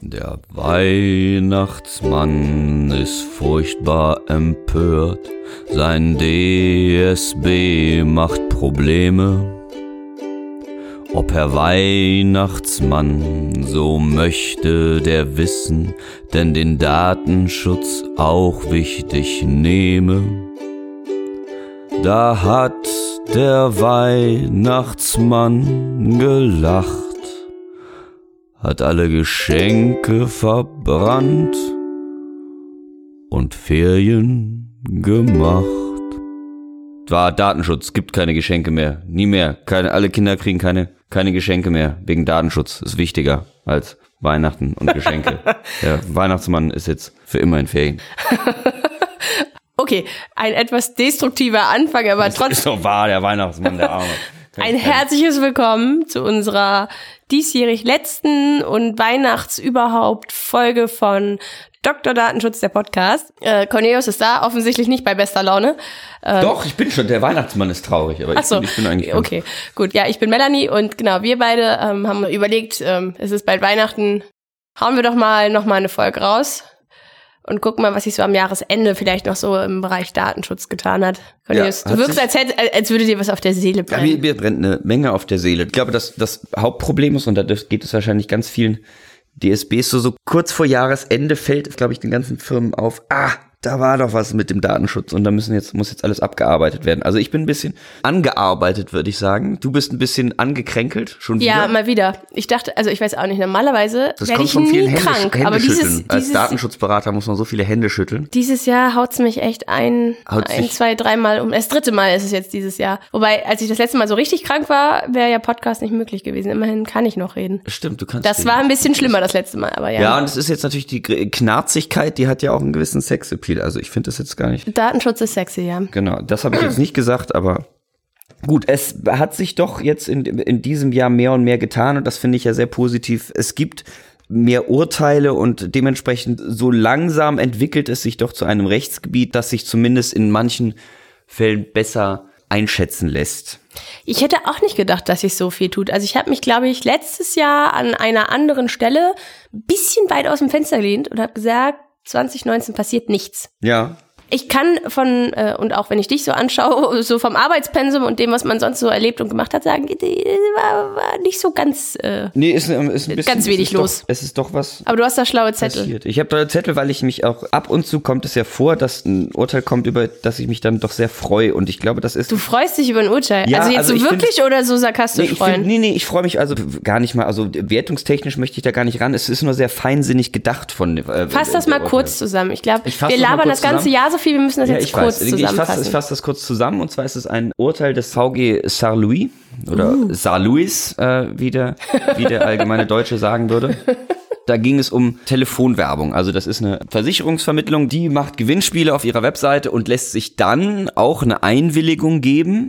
Der Weihnachtsmann ist furchtbar empört, sein DSB macht Probleme. Ob Herr Weihnachtsmann so möchte, der wissen, denn den Datenschutz auch wichtig nehme. Da hat der Weihnachtsmann gelacht, hat alle Geschenke verbrannt und Ferien gemacht. War Datenschutz, gibt keine Geschenke mehr, nie mehr. Alle Kinder kriegen keine Geschenke mehr, wegen Datenschutz. Ist wichtiger als Weihnachten und Geschenke. Der Weihnachtsmann ist jetzt für immer in Ferien. Okay, ein etwas destruktiver Anfang, aber trotzdem. Ist doch wahr, der Weihnachtsmann, der Arme. Ein herzliches Willkommen zu unserer diesjährig letzten und Weihnachtsüberhaupt Folge von Dr. Datenschutz, der Podcast. Cornelius ist da, offensichtlich nicht bei bester Laune. Doch, ich bin schon, der Weihnachtsmann ist traurig, aber ich bin eigentlich... Okay, gut, ja, ich bin Melanie und genau, wir beide haben überlegt, es ist bald Weihnachten, hauen wir doch mal nochmal eine Folge raus und gucken mal, was sich so am Jahresende vielleicht noch so im Bereich Datenschutz getan hat. Cornelius, du wirkst, als würde dir was auf der Seele brennen. Ja, mir brennt eine Menge auf der Seele. Ich glaube, dass das Hauptproblem ist, und da geht es wahrscheinlich ganz vielen DSBs so kurz vor Jahresende fällt, glaube ich, den ganzen Firmen auf, da war doch was mit dem Datenschutz und da muss jetzt alles abgearbeitet werden. Also ich bin ein bisschen angearbeitet, würde ich sagen. Du bist ein bisschen angekränkelt, schon wieder. Ja, mal wieder. Ich dachte, also ich weiß auch nicht, normalerweise werde ich nie krank. Aber als Datenschutzberater muss man so viele Hände schütteln. Dieses Jahr haut's mich echt ein, 2, 3 Mal um. Das 3. Mal ist es jetzt dieses Jahr. Wobei, als ich das letzte Mal so richtig krank war, wäre ja Podcast nicht möglich gewesen. Immerhin kann ich noch reden. Stimmt, du kannst. Das war ein bisschen schlimmer das letzte Mal, aber ja. Ja, und es ist jetzt natürlich die Knarzigkeit, die hat ja auch einen gewissen Sexappeal. Also ich finde das jetzt gar nicht. Datenschutz ist sexy, ja. Genau, das habe ich jetzt nicht gesagt, aber gut, es hat sich doch jetzt in diesem Jahr mehr und mehr getan und das finde ich ja sehr positiv. Es gibt mehr Urteile und dementsprechend so langsam entwickelt es sich doch zu einem Rechtsgebiet, das sich zumindest in manchen Fällen besser einschätzen lässt. Ich hätte auch nicht gedacht, dass sich so viel tut. Also ich habe mich, glaube ich, letztes Jahr an einer anderen Stelle ein bisschen weit aus dem Fenster gelehnt und habe gesagt, 2019 passiert nichts. Ja. Ich kann und auch wenn ich dich so anschaue, so vom Arbeitspensum und dem, was man sonst so erlebt und gemacht hat, sagen, war nicht so ganz nee, ist ein bisschen, ganz wenig los. Es ist doch was. Aber du hast da schlaue Zettel. Passiert. Ich habe da Zettel, weil ich mich auch ab und zu kommt es ja vor, dass ein Urteil kommt, über das ich mich dann doch sehr freue und ich glaube, das ist... Du freust dich über ein Urteil? Ja, also jetzt so wirklich oder so sarkastisch freuen? Ich freue mich also gar nicht mal, also wertungstechnisch möchte ich da gar nicht ran. Es ist nur sehr feinsinnig gedacht von... Fass das mal kurz zusammen. Ich glaube, wir labern das ganze Jahr so viel, wir müssen das jetzt kurz zusammenfassen. Ich fasse das kurz zusammen und zwar ist es ein Urteil des VG Saarlouis oder Saarlouis, wie der allgemeine Deutsche sagen würde. Da ging es um Telefonwerbung. Also das ist eine Versicherungsvermittlung, die macht Gewinnspiele auf ihrer Webseite und lässt sich dann auch eine Einwilligung geben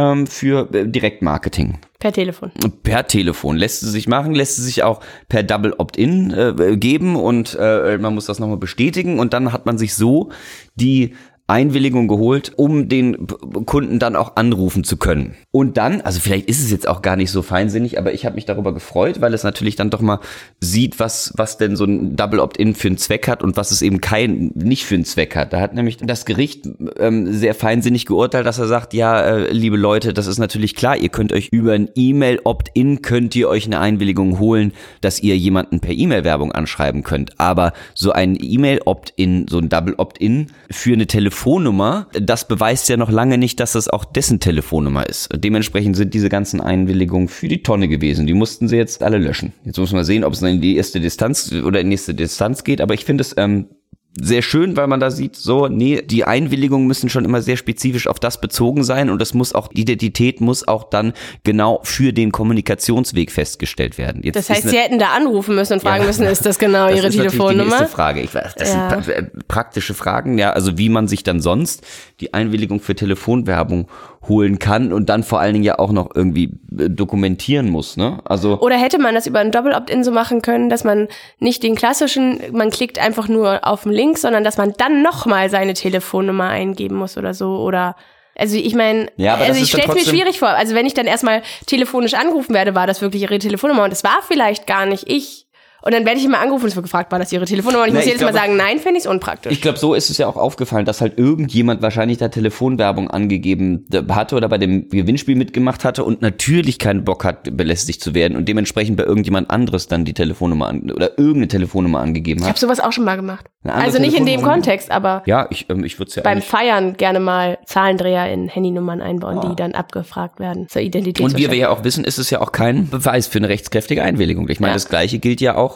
für Direktmarketing. Per Telefon. Per Telefon lässt sie sich machen, lässt sie sich auch per Double Opt-in geben und man muss das nochmal bestätigen und dann hat man sich so die Einwilligung geholt, um den Kunden dann auch anrufen zu können. Und dann, also vielleicht ist es jetzt auch gar nicht so feinsinnig, aber ich habe mich darüber gefreut, weil es natürlich dann doch mal sieht, was denn so ein Double Opt-in für einen Zweck hat und was es eben nicht für einen Zweck hat. Da hat nämlich das Gericht sehr feinsinnig geurteilt, dass er sagt, ja, liebe Leute, das ist natürlich klar, ihr könnt euch über ein E-Mail-Opt-in könnt ihr euch eine Einwilligung holen, dass ihr jemanden per E-Mail-Werbung anschreiben könnt. Aber so ein E-Mail-Opt-in, so ein Double Opt-in für eine Telefonnummer, das beweist ja noch lange nicht, dass das auch dessen Telefonnummer ist. Dementsprechend sind diese ganzen Einwilligungen für die Tonne gewesen. Die mussten sie jetzt alle löschen. Jetzt muss man sehen, ob es in die erste Distanz oder in die nächste Distanz geht. Aber ich finde es sehr schön, weil man da sieht, die Einwilligungen müssen schon immer sehr spezifisch auf das bezogen sein und die Identität muss auch dann genau für den Kommunikationsweg festgestellt werden. Jetzt das heißt, Sie hätten da anrufen müssen und fragen müssen, ist das genau Ihre Telefonnummer? Das ist die nächste Frage. Ich weiß, das sind praktische Fragen, ja, also wie man sich dann sonst die Einwilligung für Telefonwerbung holen kann und dann vor allen Dingen ja auch noch irgendwie dokumentieren muss, ne? Also oder hätte man das über ein Double Opt-in so machen können, dass man nicht den klassischen, man klickt einfach nur auf den Link, sondern dass man dann nochmal seine Telefonnummer eingeben muss oder so, oder also ich meine, ich stelle es mir schwierig vor. Also wenn ich dann erstmal telefonisch angerufen werde, war das wirklich Ihre Telefonnummer und es war vielleicht gar nicht ich. Und dann werde ich immer angerufen, es wird gefragt, war das Ihre Telefonnummer? Und ich muss jedes Mal sagen, nein, fände ich es unpraktisch. Ich glaube, so ist es ja auch aufgefallen, dass halt irgendjemand wahrscheinlich da Telefonwerbung angegeben hatte oder bei dem Gewinnspiel mitgemacht hatte und natürlich keinen Bock hat, belästigt zu werden und dementsprechend bei irgendjemand anderes dann die Telefonnummer oder irgendeine Telefonnummer angegeben hat. Ich habe sowas auch schon mal gemacht. Also nicht in dem Kontext, aber ja, ich würde es ja beim Feiern gerne mal Zahlendreher in Handynummern einbauen, die dann abgefragt werden zur Identität. Und wie wir ja auch wissen, ist es ja auch kein Beweis für eine rechtskräftige Einwilligung. Ich meine, das Gleiche gilt ja auch.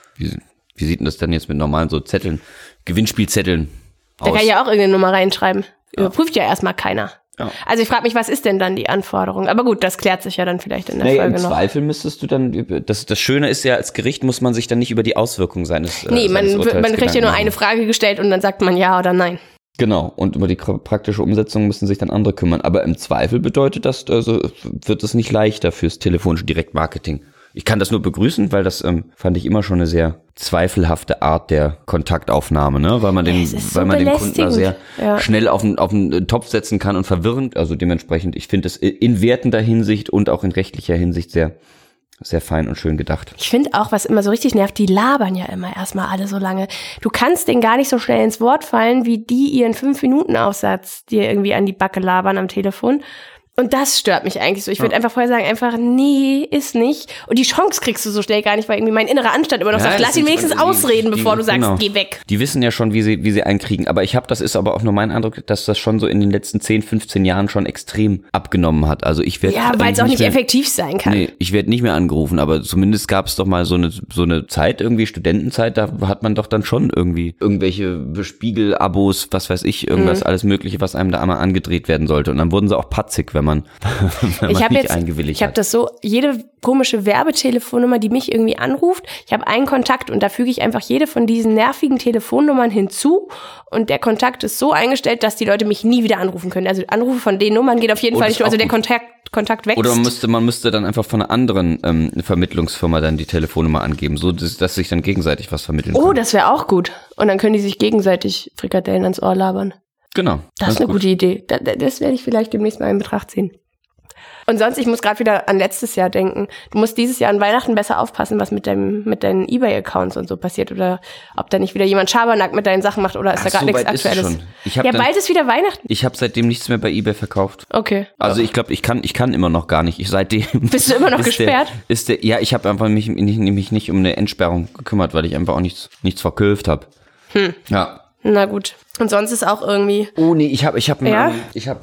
Wie sieht denn das denn jetzt mit normalen so Zetteln, Gewinnspielzetteln aus? Da kann ich ja auch irgendeine Nummer reinschreiben. Überprüft ja erstmal keiner. Ja. Also ich frage mich, was ist denn dann die Anforderung? Aber gut, das klärt sich ja dann vielleicht in der Folge noch. Im Zweifel müsstest du dann, das Schöne ist ja, als Gericht muss man sich dann nicht über die Auswirkungen seines man kriegt ja nur eine Frage gestellt und dann sagt man ja oder nein. Genau, und über die praktische Umsetzung müssen sich dann andere kümmern. Aber im Zweifel bedeutet das, also wird es nicht leichter fürs telefonische Direktmarketing. Ich kann das nur begrüßen, weil das fand ich immer schon eine sehr zweifelhafte Art der Kontaktaufnahme, ne? Weil man den Kunden da sehr schnell auf den Topf setzen kann und verwirrend. Also dementsprechend, ich finde es in wertender Hinsicht und auch in rechtlicher Hinsicht sehr, sehr fein und schön gedacht. Ich finde auch, was immer so richtig nervt, die labern ja immer erstmal alle so lange. Du kannst denen gar nicht so schnell ins Wort fallen, wie die ihren 5-Minuten-Aufsatz dir irgendwie an die Backe labern am Telefon. Und das stört mich eigentlich so. Ich würde einfach vorher sagen, nee, ist nicht. Und die Chance kriegst du so schnell gar nicht, weil irgendwie mein innerer Anstand immer noch sagt, lass ihn wenigstens ausreden, bevor du sagst, geh weg. Die wissen ja schon, wie sie einkriegen. Aber das ist aber auch nur mein Eindruck, dass das schon so in den letzten 10, 15 Jahren schon extrem abgenommen hat. Also ich werde weil es auch nicht effektiv sein kann. Nee, ich werde nicht mehr angerufen, aber zumindest gab es doch mal so eine Zeit, irgendwie Studentenzeit, da hat man doch dann schon irgendwie irgendwelche Spiegel-Abos, was weiß ich, irgendwas, alles Mögliche, was einem da einmal angedreht werden sollte. Und dann wurden sie auch patzig, wenn man nicht eingewilligt hat. Ich habe das so, jede komische Werbetelefonnummer, die mich irgendwie anruft, ich habe einen Kontakt und da füge ich einfach jede von diesen nervigen Telefonnummern hinzu und der Kontakt ist so eingestellt, dass die Leute mich nie wieder anrufen können. Also Anrufe von den Nummern geht auf jeden Fall nicht, also der Kontakt wächst. Oder man müsste dann einfach von einer anderen Vermittlungsfirma dann die Telefonnummer angeben, so dass sich dann gegenseitig was vermitteln kann. Oh, das wäre auch gut. Und dann können die sich gegenseitig Frikadellen ans Ohr labern. Genau. Das ist eine gute Idee. Das werde ich vielleicht demnächst mal in Betracht ziehen. Und sonst, ich muss gerade wieder an letztes Jahr denken. Du musst dieses Jahr an Weihnachten besser aufpassen, was mit deinen eBay-Accounts und so passiert. Oder ob da nicht wieder jemand Schabernack mit deinen Sachen macht oder ist da gerade nichts Aktuelles. Bald ist wieder Weihnachten. Ich habe seitdem nichts mehr bei eBay verkauft. Okay. Also ich glaube, ich kann immer noch gar nicht. Bist du immer noch gesperrt? Ja, ich habe einfach mich nicht um eine Entsperrung gekümmert, weil ich einfach auch nichts verkauft habe. Ja. Na gut. Und sonst ist auch irgendwie... Oh nee, ich hab einen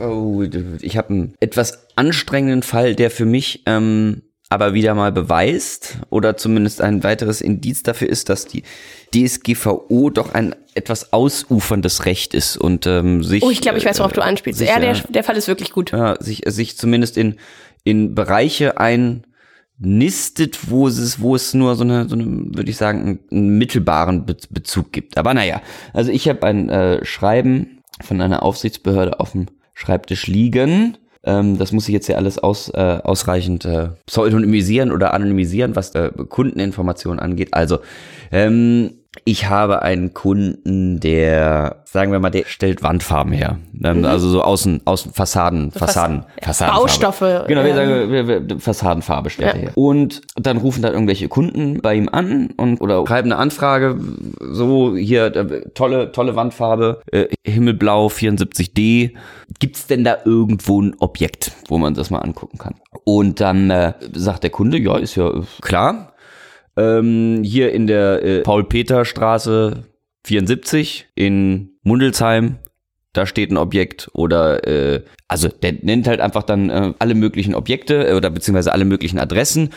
etwas anstrengenden Fall, der für mich aber wieder mal beweist oder zumindest ein weiteres Indiz dafür ist, dass die DSGVO doch ein etwas ausuferndes Recht ist und sich... Oh, ich glaube, ich weiß, worauf du anspielst. Der Fall ist wirklich gut. Ja, sich zumindest in Bereiche nistet, wo es nur so eine, würde ich sagen, einen mittelbaren Bezug gibt. Aber naja, also ich habe ein Schreiben von einer Aufsichtsbehörde auf dem Schreibtisch liegen. Das muss ich jetzt ja alles ausreichend pseudonymisieren oder anonymisieren, was Kundeninformationen angeht. Also, ich habe einen Kunden, der stellt Wandfarben her. Also so außen Fassaden. Baustoffe. Genau, wir Fassadenfarbe stellt er her. Und dann rufen dann irgendwelche Kunden bei ihm an oder schreiben eine Anfrage, so hier, tolle Wandfarbe, Himmelblau 74D. Gibt's denn da irgendwo ein Objekt, wo man das mal angucken kann? Und dann sagt der Kunde, ja, ist ja klar. Hier in der Paul-Peter-Straße 74 in Mundelsheim, da steht ein Objekt oder also der nennt halt einfach dann alle möglichen Objekte oder beziehungsweise alle möglichen Adressen,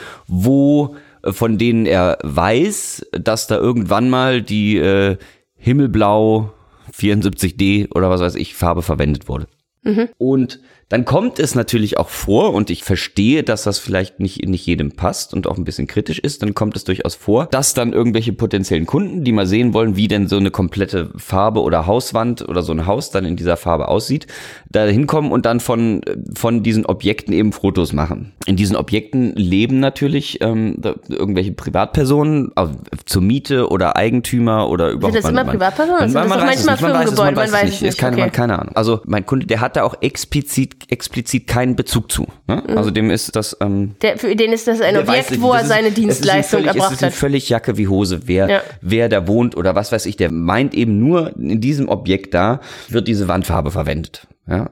von denen er weiß, dass da irgendwann mal die Himmelblau 74D oder was weiß ich Farbe verwendet wurde. Und dann kommt es natürlich auch vor, und ich verstehe, dass das vielleicht nicht jedem passt und auch ein bisschen kritisch ist, dann kommt es durchaus vor, dass dann irgendwelche potenziellen Kunden, die mal sehen wollen, wie denn so eine komplette Farbe oder Hauswand oder so ein Haus dann in dieser Farbe aussieht, da hinkommen und dann von diesen Objekten eben Fotos machen. In diesen Objekten leben natürlich irgendwelche Privatpersonen zur Miete oder Eigentümer oder überhaupt. Sind das immer Privatpersonen? Man weiß es nicht. Man weiß es nicht. Keine Ahnung. Also mein Kunde, der hat da auch explizit explizit keinen Bezug zu. Ne? Also dem ist das... für den ist das ein Objekt, wo er seine Dienstleistung erbracht hat. Es ist eine völlig Jacke wie Hose, wer da wohnt oder was weiß ich. Der meint eben nur, in diesem Objekt da wird diese Wandfarbe verwendet. Ja,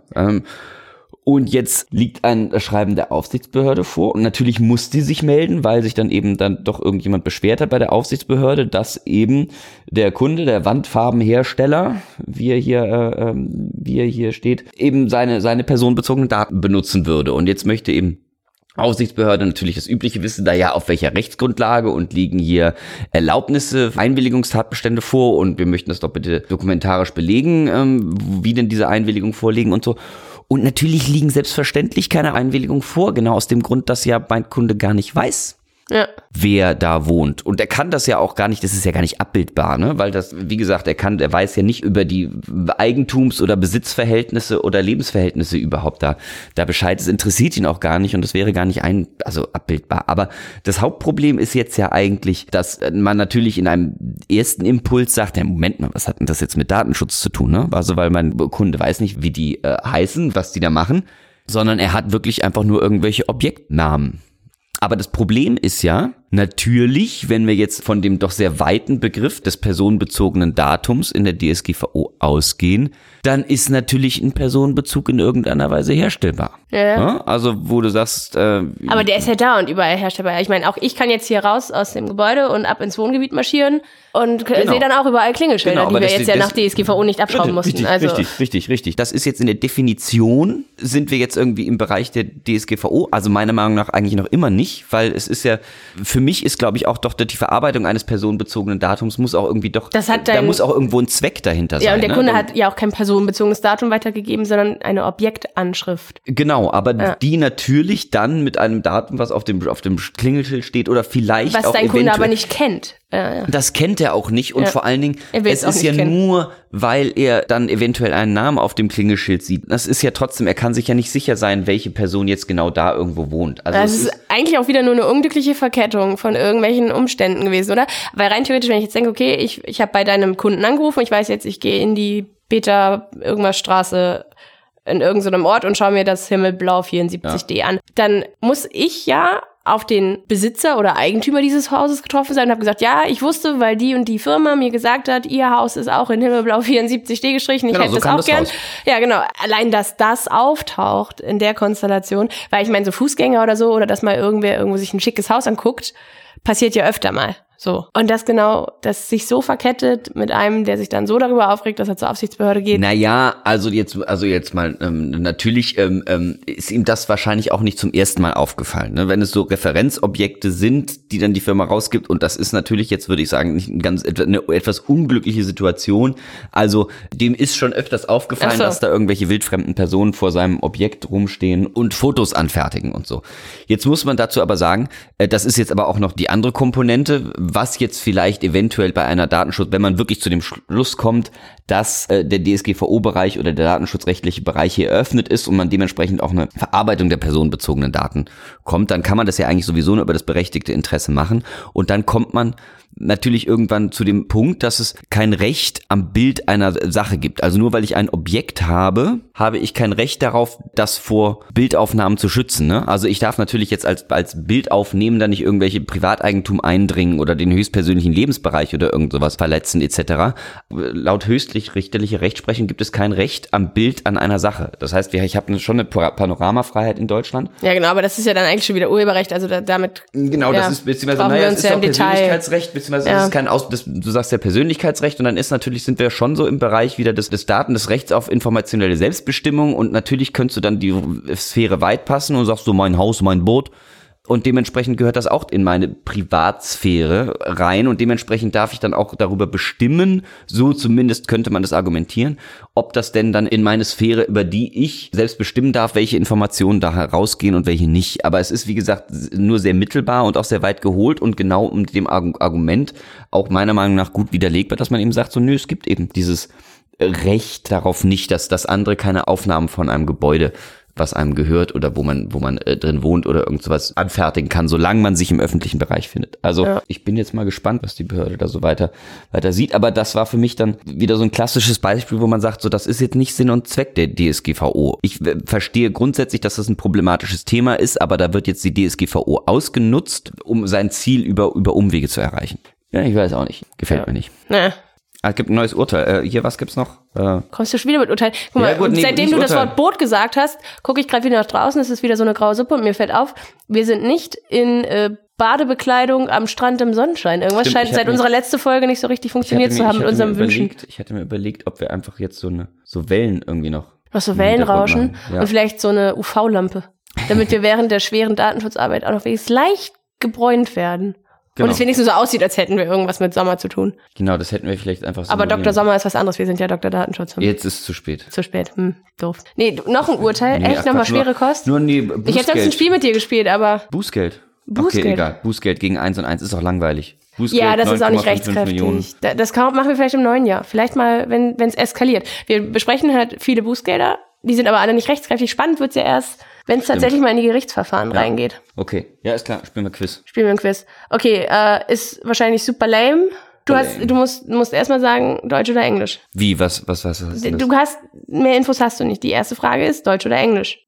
und jetzt liegt ein Schreiben der Aufsichtsbehörde vor und natürlich muss die sich melden, weil sich dann doch irgendjemand beschwert hat bei der Aufsichtsbehörde, dass eben der Kunde, der Wandfarbenhersteller, wie er hier steht, eben seine personenbezogenen Daten benutzen würde. Und jetzt möchte eben Aufsichtsbehörde natürlich das Übliche wissen, da ja auf welcher Rechtsgrundlage und liegen hier Erlaubnisse, Einwilligungstatbestände vor und wir möchten das doch bitte dokumentarisch belegen, wie denn diese Einwilligungen vorliegen und so. Und natürlich liegen selbstverständlich keine Einwilligungen vor, genau aus dem Grund, dass ja mein Kunde gar nicht weiß, wer da wohnt. Und er kann das ja auch gar nicht, das ist ja gar nicht abbildbar, ne? Weil das, wie gesagt, er weiß ja nicht über die Eigentums- oder Besitzverhältnisse oder Lebensverhältnisse überhaupt da Bescheid. Das interessiert ihn auch gar nicht und das wäre gar nicht abbildbar. Aber das Hauptproblem ist jetzt ja eigentlich, dass man natürlich in einem ersten Impuls sagt, ja, Moment mal, was hat denn das jetzt mit Datenschutz zu tun, ne? Also, weil mein Kunde weiß nicht, wie die heißen, was die da machen, sondern er hat wirklich einfach nur irgendwelche Objektnamen. Aber das Problem ist ja, natürlich, wenn wir jetzt von dem doch sehr weiten Begriff des personenbezogenen Datums in der DSGVO ausgehen, dann ist natürlich ein Personenbezug in irgendeiner Weise herstellbar. Ja? Also wo du sagst... aber der ist ja da und überall herstellbar. Ich meine, auch ich kann jetzt hier raus aus dem Gebäude und ab ins Wohngebiet marschieren und sehe dann auch überall Klingelschilder, die wir jetzt ja nach DSGVO nicht abschrauben mussten. Richtig. Das ist jetzt in der Definition, sind wir jetzt irgendwie im Bereich der DSGVO, also meiner Meinung nach eigentlich noch immer nicht, weil es ist ja, für mich ist, glaube ich, auch doch die Verarbeitung eines personenbezogenen Datums muss auch irgendwie doch, da muss auch irgendwo ein Zweck dahinter sein. Ja, und der Kunde hat ja auch kein personenbezogenes Datum weitergegeben, sondern eine Objektanschrift. Genau, aber die natürlich dann mit einem Datum, was auf dem Klingelschild steht oder vielleicht was auch dein Kunde aber nicht kennt. Das kennt er auch nicht und vor allen Dingen, es ist ja nur, weil er dann eventuell einen Namen auf dem Klingelschild sieht. Das ist ja trotzdem, er kann sich ja nicht sicher sein, welche Person jetzt genau da irgendwo wohnt. Also das ist eigentlich auch wieder nur eine unglückliche Verkettung von irgendwelchen Umständen gewesen, oder? Weil rein theoretisch, wenn ich jetzt denke, okay, ich habe bei deinem Kunden angerufen, ich weiß jetzt, ich gehe in die Beta-Irgendwas-Straße in irgendeinem Ort und schaue mir das Himmelblau 74D an, dann muss ich ja auf den Besitzer oder Eigentümer dieses Hauses getroffen sein und habe gesagt, ja, ich wusste, weil die und die Firma mir gesagt hat, ihr Haus ist auch in Himmelblau 74D gestrichen, ich hätte so das auch gern. Ja, genau. Allein, dass das auftaucht in der Konstellation, weil ich meine, so Fußgänger oder so, oder dass mal irgendwer irgendwo sich ein schickes Haus anguckt, passiert ja öfter mal. So. Und das sich so verkettet mit einem, der sich dann so darüber aufregt, dass er zur Aufsichtsbehörde geht. Naja, also jetzt mal, natürlich ist ihm das wahrscheinlich auch nicht zum ersten Mal aufgefallen, ne? Wenn es so Referenzobjekte sind, die dann die Firma rausgibt, und das ist natürlich jetzt, würde ich sagen, nicht eine etwas unglückliche Situation. Also dem ist schon öfters aufgefallen, dass da irgendwelche wildfremden Personen vor seinem Objekt rumstehen und Fotos anfertigen und so. Jetzt muss man dazu aber sagen, das ist jetzt aber auch noch die andere Komponente, was jetzt vielleicht eventuell bei einer Datenschutz, wenn man wirklich zu dem Schluss kommt, dass der DSGVO-Bereich oder der datenschutzrechtliche Bereich hier eröffnet ist und man dementsprechend auch eine Verarbeitung der personenbezogenen Daten kommt, dann kann man das ja eigentlich sowieso nur über das berechtigte Interesse machen und dann kommt man natürlich irgendwann zu dem Punkt, dass es kein Recht am Bild einer Sache gibt. Also nur weil ich ein Objekt habe, habe ich kein Recht darauf, das vor Bildaufnahmen zu schützen, ne? Also ich darf natürlich jetzt als Bildaufnehmender nicht irgendwelche Privateigentum eindringen oder den höchstpersönlichen Lebensbereich oder irgend sowas verletzen etc. Laut höchstrichterlicher Rechtsprechung gibt es kein Recht am Bild an einer Sache. Das heißt, ich habe schon eine Panoramafreiheit in Deutschland. Ja genau, aber das ist ja dann eigentlich schon wieder Urheberrecht, also damit... Genau, das ist beziehungsweise, naja, es ist auch Persönlichkeitsrecht, beziehungsweise das ist kein du sagst ja Persönlichkeitsrecht und dann sind wir schon so im Bereich wieder des Rechts auf informationelle Selbstbestimmung und natürlich könntest du dann die Sphäre weit passen und sagst so, mein Haus, mein Boot. Und dementsprechend gehört das auch in meine Privatsphäre rein und dementsprechend darf ich dann auch darüber bestimmen, so zumindest könnte man das argumentieren, ob das denn dann in meine Sphäre, über die ich selbst bestimmen darf, welche Informationen da herausgehen und welche nicht. Aber es ist, wie gesagt, nur sehr mittelbar und auch sehr weit geholt und genau mit dem Argument auch meiner Meinung nach gut widerlegbar, dass man eben sagt, so nö, es gibt eben dieses Recht darauf nicht, dass andere keine Aufnahmen von einem Gebäude was einem gehört oder wo man drin wohnt oder irgend sowas anfertigen kann, solange man sich im öffentlichen Bereich findet. Also ich bin jetzt mal gespannt, was die Behörde da so weiter sieht. Aber das war für mich dann wieder so ein klassisches Beispiel, wo man sagt, so das ist jetzt nicht Sinn und Zweck der DSGVO. Ich verstehe grundsätzlich, dass das ein problematisches Thema ist, aber da wird jetzt die DSGVO ausgenutzt, um sein Ziel über Umwege zu erreichen. Ja, ich weiß auch nicht. Gefällt mir nicht. Ja. Es gibt ein neues Urteil. Hier, was gibt's noch? Kommst du schon wieder mit Urteil? Guck mal, gut, seitdem du das Wort Boot gesagt hast, gucke ich gerade wieder nach draußen, es ist wieder so eine graue Suppe und mir fällt auf, wir sind nicht in Badebekleidung am Strand im Sonnenschein. Irgendwas scheint seit unserer letzten Folge nicht so richtig funktioniert zu haben mit unserem Wünschen. Ich hatte mir überlegt, ob wir einfach jetzt so Wellen irgendwie noch so Wellenrauschen und vielleicht so eine UV-Lampe, damit wir während der schweren Datenschutzarbeit auch noch wenigstens leicht gebräunt werden. Genau. Und es wenigstens so aussieht, als hätten wir irgendwas mit Sommer zu tun. Genau, das hätten wir vielleicht einfach so. Aber Dr. Sommer ist was anderes, wir sind ja Dr. Datenschutz. Jetzt ist es zu spät. Zu spät, doof. Nee, noch ein Urteil, echt nochmal schwere Kost? Bußgeld. Ich hätte sonst ein Spiel mit dir gespielt, aber... Bußgeld. Okay, egal. Bußgeld gegen 1 und 1 ist auch langweilig. Bußgeld, ja, das ist auch nicht rechtskräftig. Das machen wir vielleicht im neuen Jahr. Vielleicht mal, wenn es eskaliert. Wir besprechen halt viele Bußgelder, die sind aber alle nicht rechtskräftig. Spannend wird's ja erst, wenn es tatsächlich mal in die Gerichtsverfahren reingeht. Okay, ja, ist klar. Spielen wir Quiz. Okay, ist wahrscheinlich super lame. Du musst erstmal sagen, Deutsch oder Englisch. Wie, was hast du? Mehr Infos hast du nicht. Die erste Frage ist, Deutsch oder Englisch?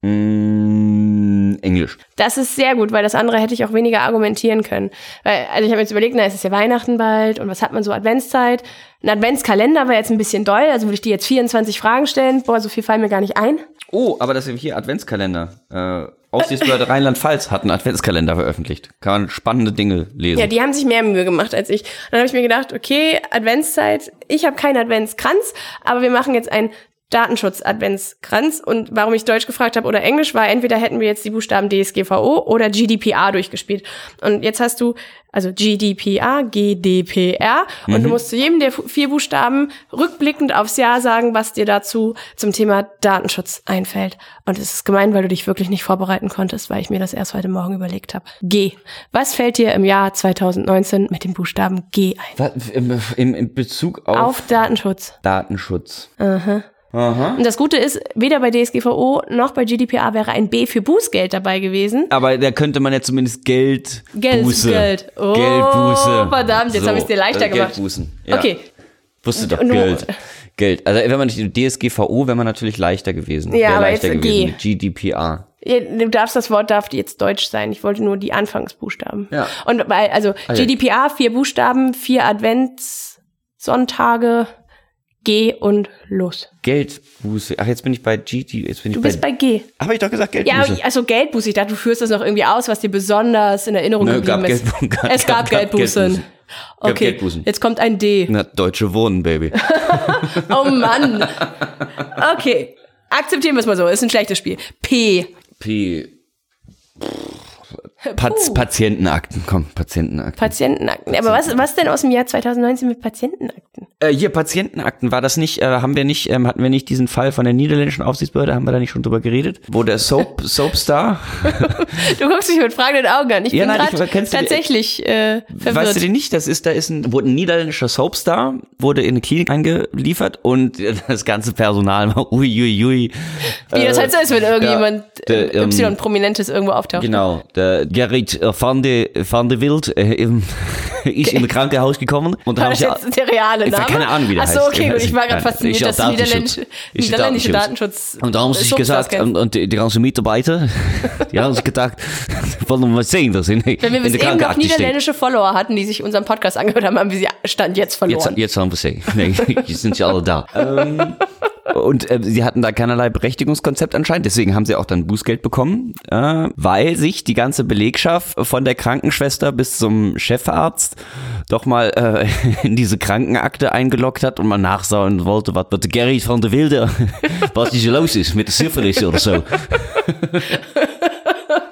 Englisch. Das ist sehr gut, weil das andere hätte ich auch weniger argumentieren können. Also ich habe jetzt überlegt, es ist ja Weihnachten bald und was hat man so Adventszeit? Ein Adventskalender war jetzt ein bisschen doll, also würde ich dir jetzt 24 Fragen stellen. Boah, so viel fallen mir gar nicht ein. Oh, aber das ist hier Adventskalender. Aufsichtsbehörde Rheinland-Pfalz hat einen Adventskalender veröffentlicht. Kann man spannende Dinge lesen. Ja, die haben sich mehr Mühe gemacht als ich. Dann habe ich mir gedacht, okay, Adventszeit, ich habe keinen Adventskranz, aber wir machen jetzt einen Datenschutz-Adventskranz. Und warum ich Deutsch gefragt habe oder Englisch war, entweder hätten wir jetzt die Buchstaben DSGVO oder GDPR durchgespielt. Und jetzt hast du also GDPR, GDPR und du musst zu jedem der 4 Buchstaben rückblickend aufs Jahr sagen, was dir dazu zum Thema Datenschutz einfällt. Und es ist gemein, weil du dich wirklich nicht vorbereiten konntest, weil ich mir das erst heute Morgen überlegt habe. G. Was fällt dir im Jahr 2019 mit dem Buchstaben G ein? Was, in Bezug auf Datenschutz. Datenschutz. Aha. Und das Gute ist, weder bei DSGVO noch bei GDPR wäre ein B für Bußgeld dabei gewesen. Aber da könnte man ja zumindest Geld. Oh, Geldbuße. Verdammt, jetzt habe ich es dir leichter gemacht. Geldbußen. Ja. Okay. Wusste doch, Geld. Also wenn man nicht die DSGVO, wäre man natürlich leichter gewesen. Ja, aber leichter jetzt gewesen mit GDPR. Das Wort darf jetzt Deutsch sein. Ich wollte nur die Anfangsbuchstaben. Ja. Und GDPR, 4 Buchstaben, 4 Adventssonntage, G und los. Geldbuße. Ach, jetzt bin ich bei Du bist bei G. Habe ich doch gesagt, Geldbuße. Ja, also Geldbuße. Ich dachte, du führst das noch irgendwie aus, was dir besonders in Erinnerung geblieben ist. Es gab Geldbußen. Okay, Geldbußen. Jetzt kommt ein D. Na, Deutsche Wohnen, Baby. Oh Mann. Okay, akzeptieren wir es mal so. Ist ein schlechtes Spiel. P. Patientenakten, komm, Patientenakten. Aber was denn aus dem Jahr 2019 mit Patientenakten? Hier, Patientenakten, war das nicht, hatten wir nicht diesen Fall von der niederländischen Aufsichtsbehörde, haben wir da nicht schon drüber geredet? Wo der Soapstar? Du guckst mich mit fragenden Augen an. Ich bin gerade tatsächlich verwirrt. Weißt du den nicht? Wurde ein niederländischer Soapstar, wurde in eine Klinik eingeliefert und das ganze Personal war uiuiui. Wie das halt so ist, wenn irgendjemand Y-Prominentes irgendwo auftaucht. Genau, der Gerrit van de Wild ist im Krankenhaus gekommen. Und war das jetzt der reale Name? Keine Ahnung, wie der heißt. Achso, okay, gut, ich war gerade fasziniert, dass niederländische Datenschutz. Und da haben sie sich gesagt, und die ganzen Mitarbeiter, die haben sich gedacht, wollen wir mal sehen, dass in der Krankenakte steht. Wenn wir eben noch niederländische Follower hatten, die sich unseren Podcast angehört haben, haben wir sie Stand jetzt verloren. Jetzt haben wir sie. Nee, jetzt sind sie alle da. Und sie hatten da keinerlei Berechtigungskonzept anscheinend, deswegen haben sie auch dann Bußgeld bekommen, weil sich die ganze Belegschaft von der Krankenschwester bis zum Chefarzt doch mal in diese Krankenakte eingeloggt hat und mal nachschauen wollte, was mit der Gerrit van der Wilde, was hier los ist mit der Syphilis oder so.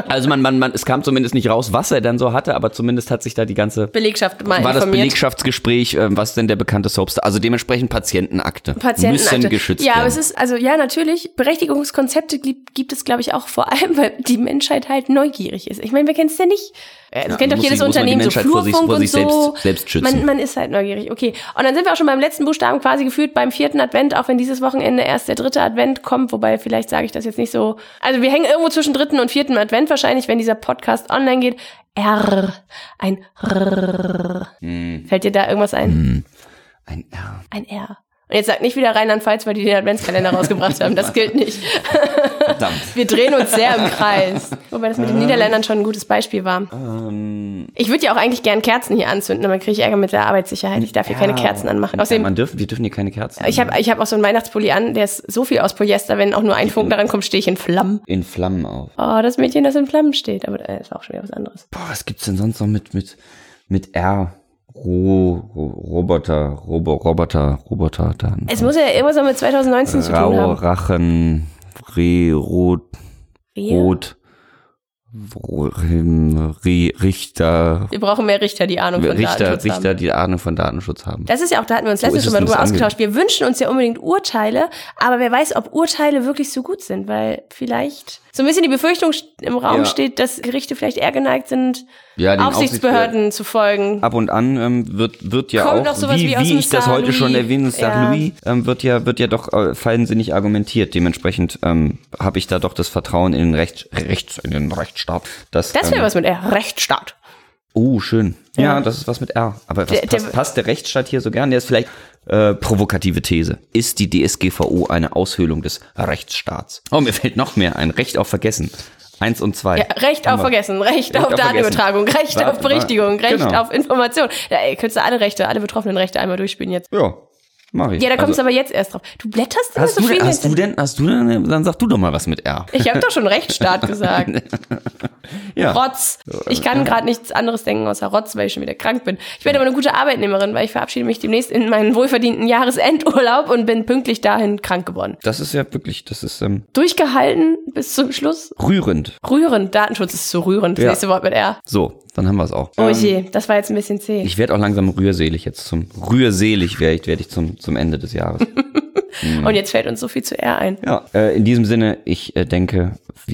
Also es kam zumindest nicht raus, was er dann so hatte, aber zumindest hat sich da die ganze Belegschaft mal war informiert. das Belegschaftsgespräch, was denn der bekannte Soapstar, also dementsprechend Patientenakte müssen geschützt werden. Ja, aber es ist, also ja, natürlich, Berechtigungskonzepte gibt es, glaube ich, auch vor allem, weil die Menschheit halt neugierig ist. Ich meine, wer kennt es denn nicht? Das kennt doch jedes Unternehmen, so Flurfunk und so. Selbst schützen. Man ist halt neugierig. Okay, und dann sind wir auch schon beim letzten Buchstaben quasi gefühlt beim 4. Advent, auch wenn dieses Wochenende erst der 3. Advent kommt, wobei vielleicht sage ich das jetzt nicht so. Also wir hängen irgendwo zwischen 3. und 4. Advent wahrscheinlich, wenn dieser Podcast online geht. Ein R. Fällt dir da irgendwas ein? Ein R. Ein R. Und jetzt sagt nicht wieder Rheinland-Pfalz, weil die den Adventskalender rausgebracht haben. Das gilt nicht. Verdammt. Wir drehen uns sehr im Kreis. Wobei das mit den Niederländern schon ein gutes Beispiel war. Ich würde ja auch eigentlich gern Kerzen hier anzünden, aber dann kriege ich Ärger mit der Arbeitssicherheit. Ich darf hier keine Kerzen anmachen. Außerdem, wir dürfen hier keine Kerzen Ich hab auch so einen Weihnachtspulli an, der ist so viel aus Polyester, wenn auch nur ein Funken daran kommt, stehe ich in Flammen. In Flammen auf. Oh, das Mädchen, das in Flammen steht. Aber das war auch schon wieder was anderes. Boah, was gibt's denn sonst noch mit R? Roboter dann. Es muss ja immer so mit 2019 zu tun haben. Rachen, Richter. Wir brauchen mehr Richter, die Ahnung von Datenschutz haben. Richter, die Ahnung von Datenschutz haben. Das ist ja auch, da hatten wir uns letztens schon mal drüber ausgetauscht. Wir wünschen uns ja unbedingt Urteile, aber wer weiß, ob Urteile wirklich so gut sind, weil vielleicht so ein bisschen die Befürchtung im Raum steht, dass Gerichte vielleicht eher geneigt sind, Aufsichtsbehörden zu folgen. Ab und an wird ja kommt auch, noch sowas wie ich das heute schon erwähnt, Louis, wird ja doch feinsinnig argumentiert. Dementsprechend habe ich da doch das Vertrauen in den Rechtsstaat. Das wäre was mit R, Rechtsstaat. Oh, schön. Ja, das ist was mit R. Aber passt der Rechtsstaat hier so gern? Der ist vielleicht provokative These. Ist die DSGVO eine Aushöhlung des Rechtsstaats? Oh, mir fällt noch mehr ein. Recht auf Vergessen. 1 und 2. Ja, Recht auf Vergessen, Recht auf Datenübertragung, Recht auf Berichtigung, Recht auf Information. Ja, könntest du alle betroffenen Rechte einmal durchspielen jetzt. Ja. Mach ich. Ja, da kommst du aber jetzt erst drauf. Du blätterst immer so viel. Hast du denn, dann sag du doch mal was mit R. Ich habe doch schon Rechtsstaat gesagt. Ja. Rotz. Ich kann gerade nichts anderes denken außer Rotz, weil ich schon wieder krank bin. Ich werde aber eine gute Arbeitnehmerin, weil ich verabschiede mich demnächst in meinen wohlverdienten Jahresendurlaub und bin pünktlich dahin krank geworden. Das ist ja wirklich, durchgehalten bis zum Schluss. Rührend. Datenschutz ist so rührend. Das nächste Wort mit R. So, dann haben wir es auch. Oh je, das war jetzt ein bisschen zäh. Ich werde auch langsam rührselig werde ich zum Ende des Jahres. Und jetzt fällt uns so viel zu R ein. Ja, in diesem Sinne, ich denke,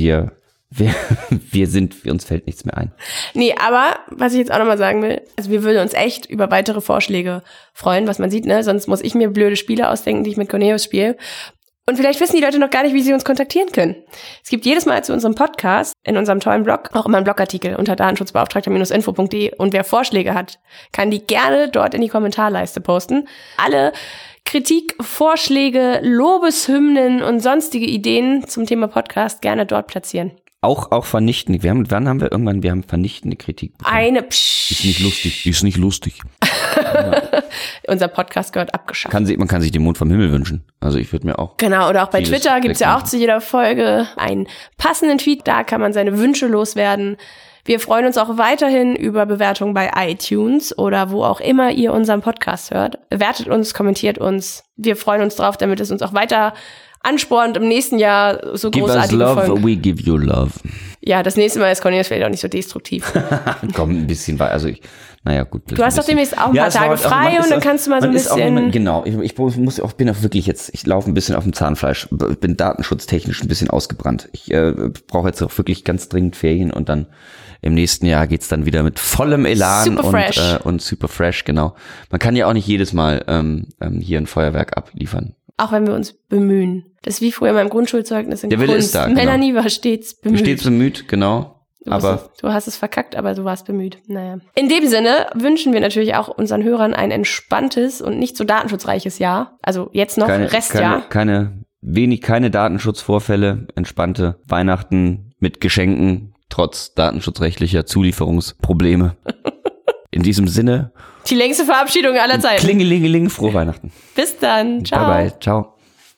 uns fällt nichts mehr ein. Nee, aber was ich jetzt auch nochmal sagen will, also wir würden uns echt über weitere Vorschläge freuen, was man sieht, ne? Sonst muss ich mir blöde Spiele ausdenken, die ich mit Cornelius spiele. Und vielleicht wissen die Leute noch gar nicht, wie sie uns kontaktieren können. Es gibt jedes Mal zu unserem Podcast, in unserem tollen Blog, auch immer einen Blogartikel unter datenschutzbeauftragter-info.de. Und wer Vorschläge hat, kann die gerne dort in die Kommentarleiste posten. Alle Kritik, Vorschläge, Lobeshymnen und sonstige Ideen zum Thema Podcast gerne dort platzieren. Auch vernichtende. Wir haben vernichtende Kritik bekommen. Ist nicht lustig. Ja. Unser Podcast gehört abgeschafft. Man kann sich den Mond vom Himmel wünschen. Also ich würde mir auch. Genau, oder auch bei Twitter gibt's ja auch zu jeder Folge einen passenden Tweet. Da kann man seine Wünsche loswerden. Wir freuen uns auch weiterhin über Bewertungen bei iTunes oder wo auch immer ihr unseren Podcast hört. Bewertet uns, kommentiert uns. Wir freuen uns drauf, damit es uns auch weiter anspornt, im nächsten Jahr so großartige Give us love, Folgen. we give you love. Ja, das nächste Mal ist Cornelius vielleicht auch nicht so destruktiv. Komm, ein bisschen weiter. Also naja, gut. Du hast doch demnächst auch ein paar Tage frei und dann kannst du mal so ein bisschen. Genau, ich bin auch wirklich jetzt, ich laufe ein bisschen auf dem Zahnfleisch, bin datenschutztechnisch ein bisschen ausgebrannt. Ich brauche jetzt auch wirklich ganz dringend Ferien und dann im nächsten Jahr geht's dann wieder mit vollem Elan und super fresh, genau. Man kann ja auch nicht jedes Mal hier ein Feuerwerk abliefern. Auch wenn wir uns bemühen. Das ist wie früher in meinem Grundschulzeugnis in Der Wille Kunst. ist da, genau. Melanie war stets bemüht. Stets bemüht, genau. Du hast es verkackt, aber du warst bemüht. Naja. In dem Sinne wünschen wir natürlich auch unseren Hörern ein entspanntes und nicht so datenschutzreiches Jahr. Also jetzt noch Restjahr. Keine Datenschutzvorfälle, entspannte Weihnachten mit Geschenken, trotz datenschutzrechtlicher Zulieferungsprobleme. In diesem Sinne. Die längste Verabschiedung aller Zeiten. Klingelingeling, frohe Weihnachten. Bis dann. Ciao. Bye bye. Ciao.